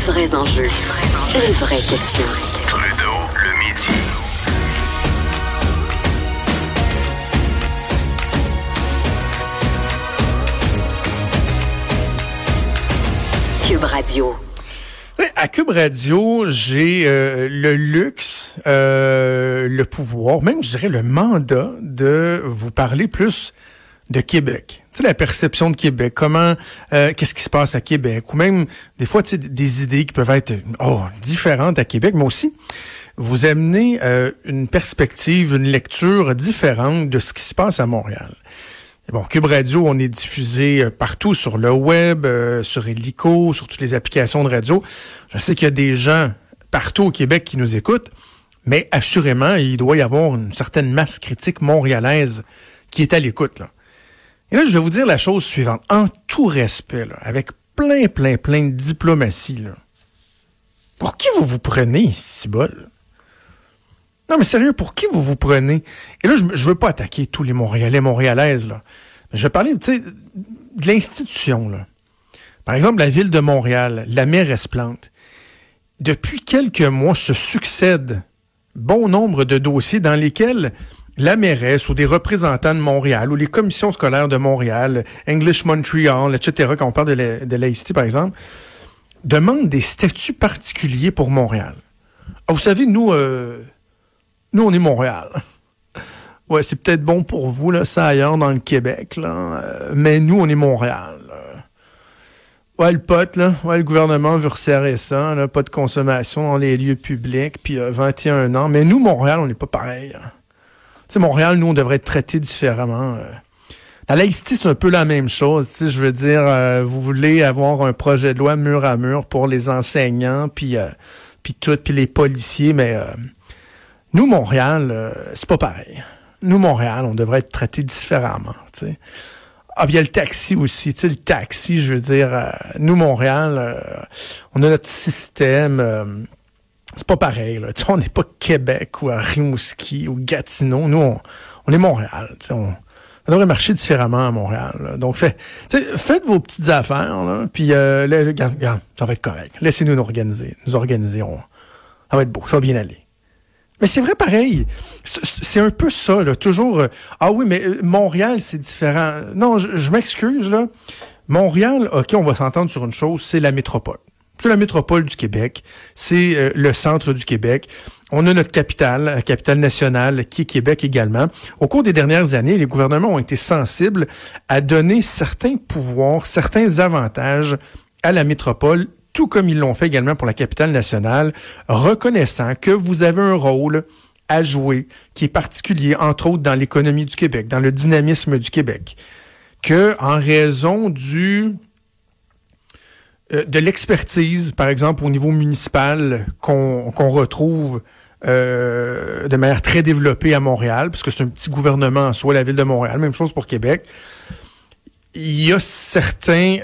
vrais enjeux, les vraies questions. Trudeau, le midi. Cube Radio. À Cube Radio, j'ai le luxe, le pouvoir, même je dirais le mandat de vous parler plus de Québec. Tu sais, la perception de Québec, comment, qu'est-ce qui se passe à Québec, ou même des fois, tu sais, des idées qui peuvent être différentes à Québec, mais aussi vous amener une perspective, une lecture différente de ce qui se passe à Montréal. Et bon, Cube Radio, on est diffusé partout sur le web, sur Illico, sur toutes les applications de radio. Je sais qu'il y a des gens partout au Québec qui nous écoutent, mais assurément, il doit y avoir une certaine masse critique montréalaise qui est à l'écoute, là. Et là, je vais vous dire la chose suivante. En tout respect, là, avec plein de diplomatie, là. Pour qui vous vous prenez, cibole? Non, mais sérieux, pour qui vous vous prenez? Et là, je veux pas attaquer tous les Montréalais, Montréalaises, là. Je vais parler, tu sais, de l'institution, là. Par exemple, la ville de Montréal, la mairesse Plante. Depuis quelques mois, se succèdent bon nombre de dossiers dans lesquels la mairesse ou des représentants de Montréal ou les commissions scolaires de Montréal, English Montreal, etc., quand on parle de laïcité, par exemple, demandent des statuts particuliers pour Montréal. Ah, vous savez, nous, on est Montréal. Ouais, c'est peut-être bon pour vous, là, ça ailleurs dans le Québec, là, mais nous, on est Montréal. Ouais, le pot, là, le gouvernement veut resserrer ça, là, pas de consommation dans les lieux publics, puis 21 ans. Mais nous, Montréal, on n'est pas pareil. Hein. Tu sais, Montréal, nous, on devrait être traités différemment. La laïcité, c'est un peu la même chose. Tu sais, je veux dire, vous voulez avoir un projet de loi mur à mur pour les enseignants, puis les policiers, mais nous, Montréal, c'est pas pareil. Nous, Montréal, on devrait être traités différemment, tu sais. Ah, puis il y a le taxi aussi, tu sais, le taxi, je veux dire, nous, Montréal, on a notre système, c'est pas pareil, là, tu sais, on n'est pas Québec ou à Rimouski ou Gatineau, nous, on est Montréal, tu sais, on devrait marcher différemment à Montréal, là. Donc, faites vos petites affaires, là, puis regarde, ça va être correct, laissez-nous nous organiser, ça va être beau, ça va bien aller. Mais c'est vrai pareil. C'est un peu ça, là. Toujours, ah oui, mais Montréal, c'est différent. Non, je m'excuse, là. Montréal, OK, on va s'entendre sur une chose, c'est la métropole. C'est la métropole du Québec. C'est le centre du Québec. On a notre capitale, la capitale nationale, qui est Québec également. Au cours des dernières années, les gouvernements ont été sensibles à donner certains pouvoirs, certains avantages à la métropole, tout comme ils l'ont fait également pour la capitale nationale, reconnaissant que vous avez un rôle à jouer qui est particulier, entre autres dans l'économie du Québec, dans le dynamisme du Québec, que en raison de l'expertise, par exemple au niveau municipal, qu'on retrouve de manière très développée à Montréal, parce que c'est un petit gouvernement en soi, la ville de Montréal, même chose pour Québec, il y a certains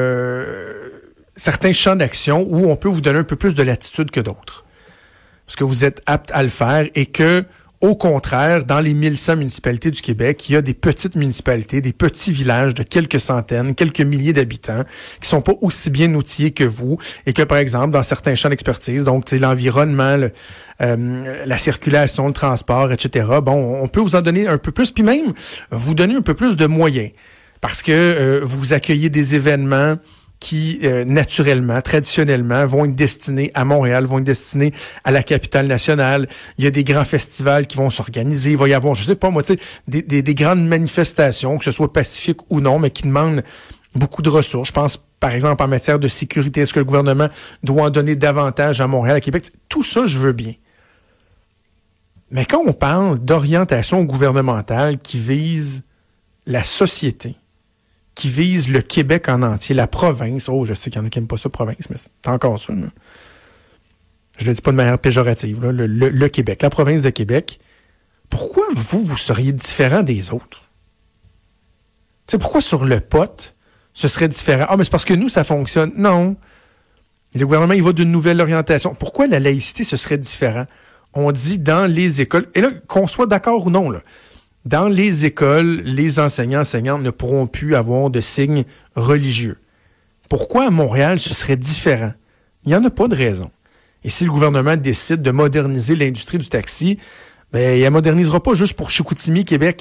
champs d'action où on peut vous donner un peu plus de latitude que d'autres. Parce que vous êtes apte à le faire et que, au contraire, dans les 1100 municipalités du Québec, il y a des petites municipalités, des petits villages de quelques centaines, quelques milliers d'habitants qui sont pas aussi bien outillés que vous et que, par exemple, dans certains champs d'expertise, donc l'environnement, la circulation, le transport, etc., bon, on peut vous en donner un peu plus, puis même vous donner un peu plus de moyens. Parce que vous accueillez des événements qui, naturellement, traditionnellement, vont être destinés à Montréal, vont être destinés à la capitale nationale. Il y a des grands festivals qui vont s'organiser. Il va y avoir, je sais pas moi, tu sais, des grandes manifestations, que ce soit pacifiques ou non, mais qui demandent beaucoup de ressources. Je pense, par exemple, en matière de sécurité. Est-ce que le gouvernement doit en donner davantage à Montréal, à Québec? Tout ça, je veux bien. Mais quand on parle d'orientation gouvernementale qui vise la société, qui vise le Québec en entier, la province. Oh, je sais qu'il y en a qui n'aiment pas ça, province, mais c'est encore ça. Là. Je le dis pas de manière péjorative. Là. Le Québec, la province de Québec. Pourquoi vous seriez différent des autres? Tu sais, pourquoi sur le pot, ce serait différent? Ah, mais c'est parce que nous, ça fonctionne. Non. Le gouvernement, il va d'une nouvelle orientation. Pourquoi la laïcité, ce serait différent? On dit dans les écoles, et là, qu'on soit d'accord ou non, là, dans les écoles, les enseignantes ne pourront plus avoir de signes religieux. Pourquoi à Montréal, ce serait différent Il n'y en a pas de raison. Et si le gouvernement décide de moderniser l'industrie du taxi, ben, il ne modernisera pas juste pour Chicoutimi, Québec,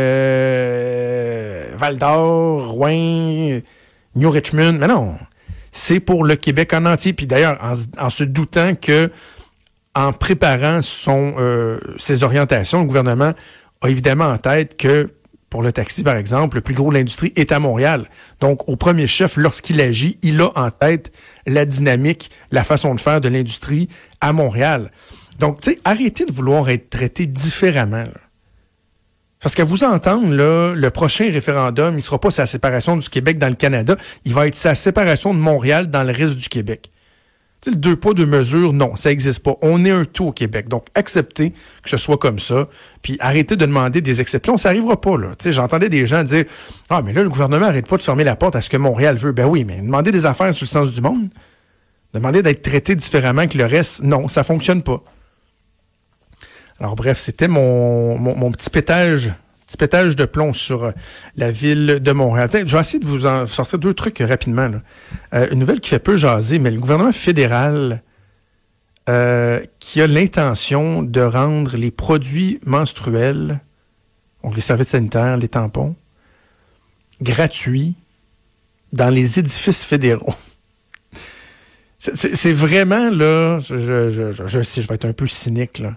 Val-d'Or, Rouyn, New Richmond. Mais non, c'est pour le Québec en entier. Puis d'ailleurs, en se doutant que, en préparant ses orientations, le gouvernement a évidemment en tête que, pour le taxi, par exemple, le plus gros de l'industrie est à Montréal. Donc, au premier chef, lorsqu'il agit, il a en tête la dynamique, la façon de faire de l'industrie à Montréal. Donc, tu sais, arrêtez de vouloir être traité différemment, là. Parce qu'à vous entendre, là, le prochain référendum, il sera pas sa séparation du Québec dans le Canada, il va être sa séparation de Montréal dans le reste du Québec. Tu sais, le 2 poids, 2 mesures, non, ça n'existe pas. On est un tout au Québec. Donc, acceptez que ce soit comme ça, puis arrêtez de demander des exceptions. Ça n'arrivera pas, là. Tu sais, j'entendais des gens dire « Ah, mais là, le gouvernement n'arrête pas de fermer la porte à ce que Montréal veut. » Ben oui, mais demander des affaires sur le sens du monde, demander d'être traité différemment que le reste, non, ça fonctionne pas. Alors bref, c'était mon petit pétage de plomb sur la ville de Montréal. Je vais essayer de vous en sortir 2 trucs rapidement, là. Une nouvelle qui fait peu jaser, mais le gouvernement fédéral qui a l'intention de rendre les produits menstruels, donc les serviettes sanitaires, les tampons, gratuits dans les édifices fédéraux. C'est vraiment, là, je sais, je vais être un peu cynique, là.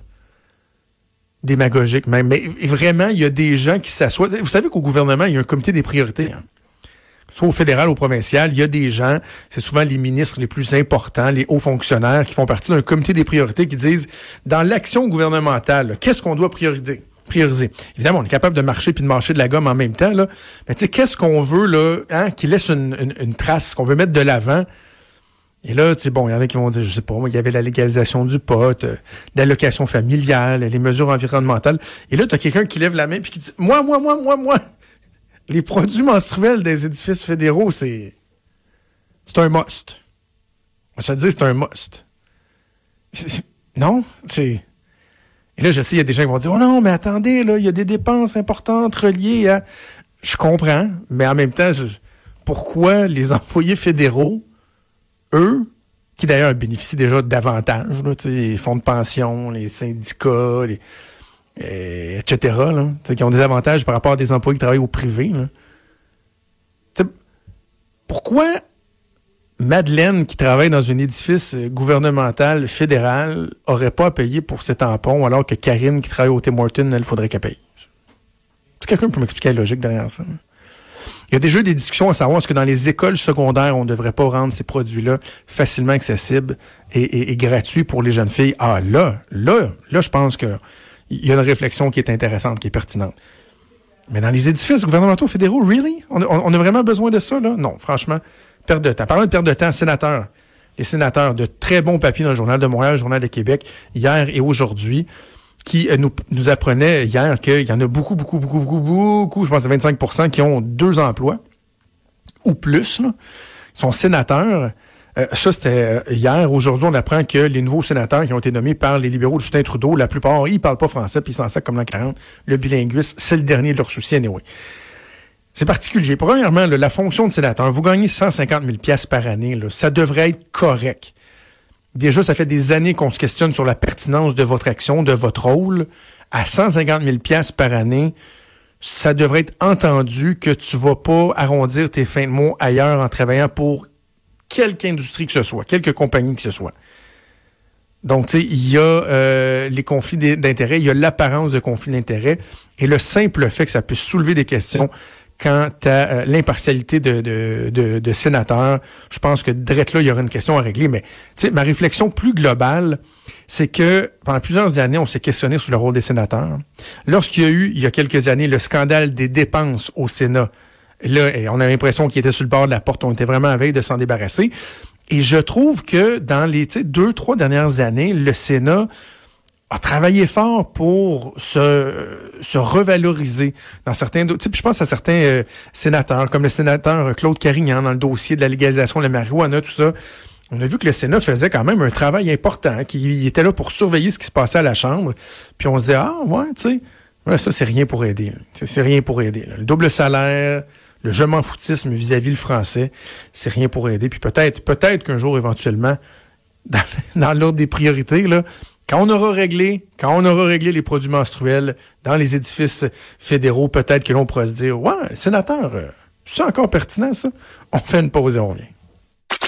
Démagogique même. Mais vraiment, il y a des gens qui s'assoient. Vous savez qu'au gouvernement, il y a un comité des priorités. Hein. Soit au fédéral ou au provincial, il y a des gens, c'est souvent les ministres les plus importants, les hauts fonctionnaires qui font partie d'un comité des priorités qui disent, dans l'action gouvernementale, là, qu'est-ce qu'on doit prioriser? Évidemment, on est capable de marcher puis de mâcher de la gomme en même temps, là. Mais tu sais, qu'est-ce qu'on veut, là, hein, qui laisse une trace, qu'on veut mettre de l'avant? Et là, tu sais, bon, il y en a qui vont dire, je sais pas, moi, il y avait la légalisation du pot, l'allocation familiale, les mesures environnementales. Et là, tu as quelqu'un qui lève la main puis qui dit, moi, les produits menstruels des édifices fédéraux, c'est un must. On va se dire, c'est un must. Non, c'est... Et là, je sais, il y a des gens qui vont dire, oh non, mais attendez, là, il y a des dépenses importantes reliées à... Je comprends, mais en même temps, pourquoi les employés fédéraux, eux, qui d'ailleurs bénéficient déjà d'avantages, là, les fonds de pension, les syndicats, etc., là, qui ont des avantages par rapport à des employés qui travaillent au privé. Là. Pourquoi Madeleine, qui travaille dans un édifice gouvernemental fédéral, aurait pas à payer pour ses tampons, alors que Karine, qui travaille au Tim Hortons, elle faudrait qu'elle paye? Est-ce que quelqu'un peut m'expliquer la logique derrière ça? Il y a déjà des discussions à savoir est-ce que dans les écoles secondaires, on ne devrait pas rendre ces produits-là facilement accessibles et gratuits pour les jeunes filles. Ah, là, je pense qu'il y a une réflexion qui est intéressante, qui est pertinente. Mais dans les édifices gouvernementaux fédéraux, really? On a vraiment besoin de ça, là? Non, franchement, perte de temps. Parlant de perte de temps, les sénateurs de très bons papiers dans le Journal de Montréal, le Journal de Québec, hier et aujourd'hui, qui nous apprenait hier qu'il y en a beaucoup, je pense que 25% qui ont 2 emplois ou plus, là. Ils sont sénateurs. Ça, c'était hier. Aujourd'hui, on apprend que les nouveaux sénateurs qui ont été nommés par les libéraux de Justin Trudeau, la plupart, ils parlent pas français, puis ils s'en sacent comme l'an 40. Le bilinguisme, c'est le dernier de leurs soucis, anyway. C'est particulier. Premièrement, là, la fonction de sénateur, vous gagnez 150 000 $ par année, là, ça devrait être correct. Déjà, ça fait des années qu'on se questionne sur la pertinence de votre action, de votre rôle. À 150 000 $ par année, ça devrait être entendu que tu vas pas arrondir tes fins de mois ailleurs en travaillant pour quelque industrie que ce soit, quelque compagnie que ce soit. Donc, tu sais, il y a les conflits d'intérêts, il y a l'apparence de conflit d'intérêts et le simple fait que ça puisse soulever des questions quant à l'impartialité de sénateurs. Je pense que direct là, il y aura une question à régler. Mais tu sais, ma réflexion plus globale, c'est que pendant plusieurs années, on s'est questionné sur le rôle des sénateurs. Lorsqu'il y a eu, il y a quelques années, le scandale des dépenses au Sénat, là, on a l'impression qu'ils étaient sur le bord de la porte. On était vraiment à veille de s'en débarrasser. Et je trouve que dans les 2-3 dernières années, le Sénat a travaillé fort pour se revaloriser dans certains... Je pense à certains sénateurs, comme le sénateur Claude Carignan dans le dossier de la légalisation de la marijuana, tout ça. On a vu que le Sénat faisait quand même un travail important, qu'il était là pour surveiller ce qui se passait à la Chambre. Puis on se disait, ah ouais, tu sais, ouais, ça c'est rien pour aider. C'est rien pour aider. Là. Le double salaire, le je m'en foutisme vis-à-vis le français, c'est rien pour aider. Puis peut-être qu'un jour, éventuellement, dans l'ordre des priorités, là, quand on aura réglé les produits menstruels dans les édifices fédéraux, peut-être que l'on pourra se dire, ouais, sénateur, c'est encore pertinent, ça? On fait une pause et on revient.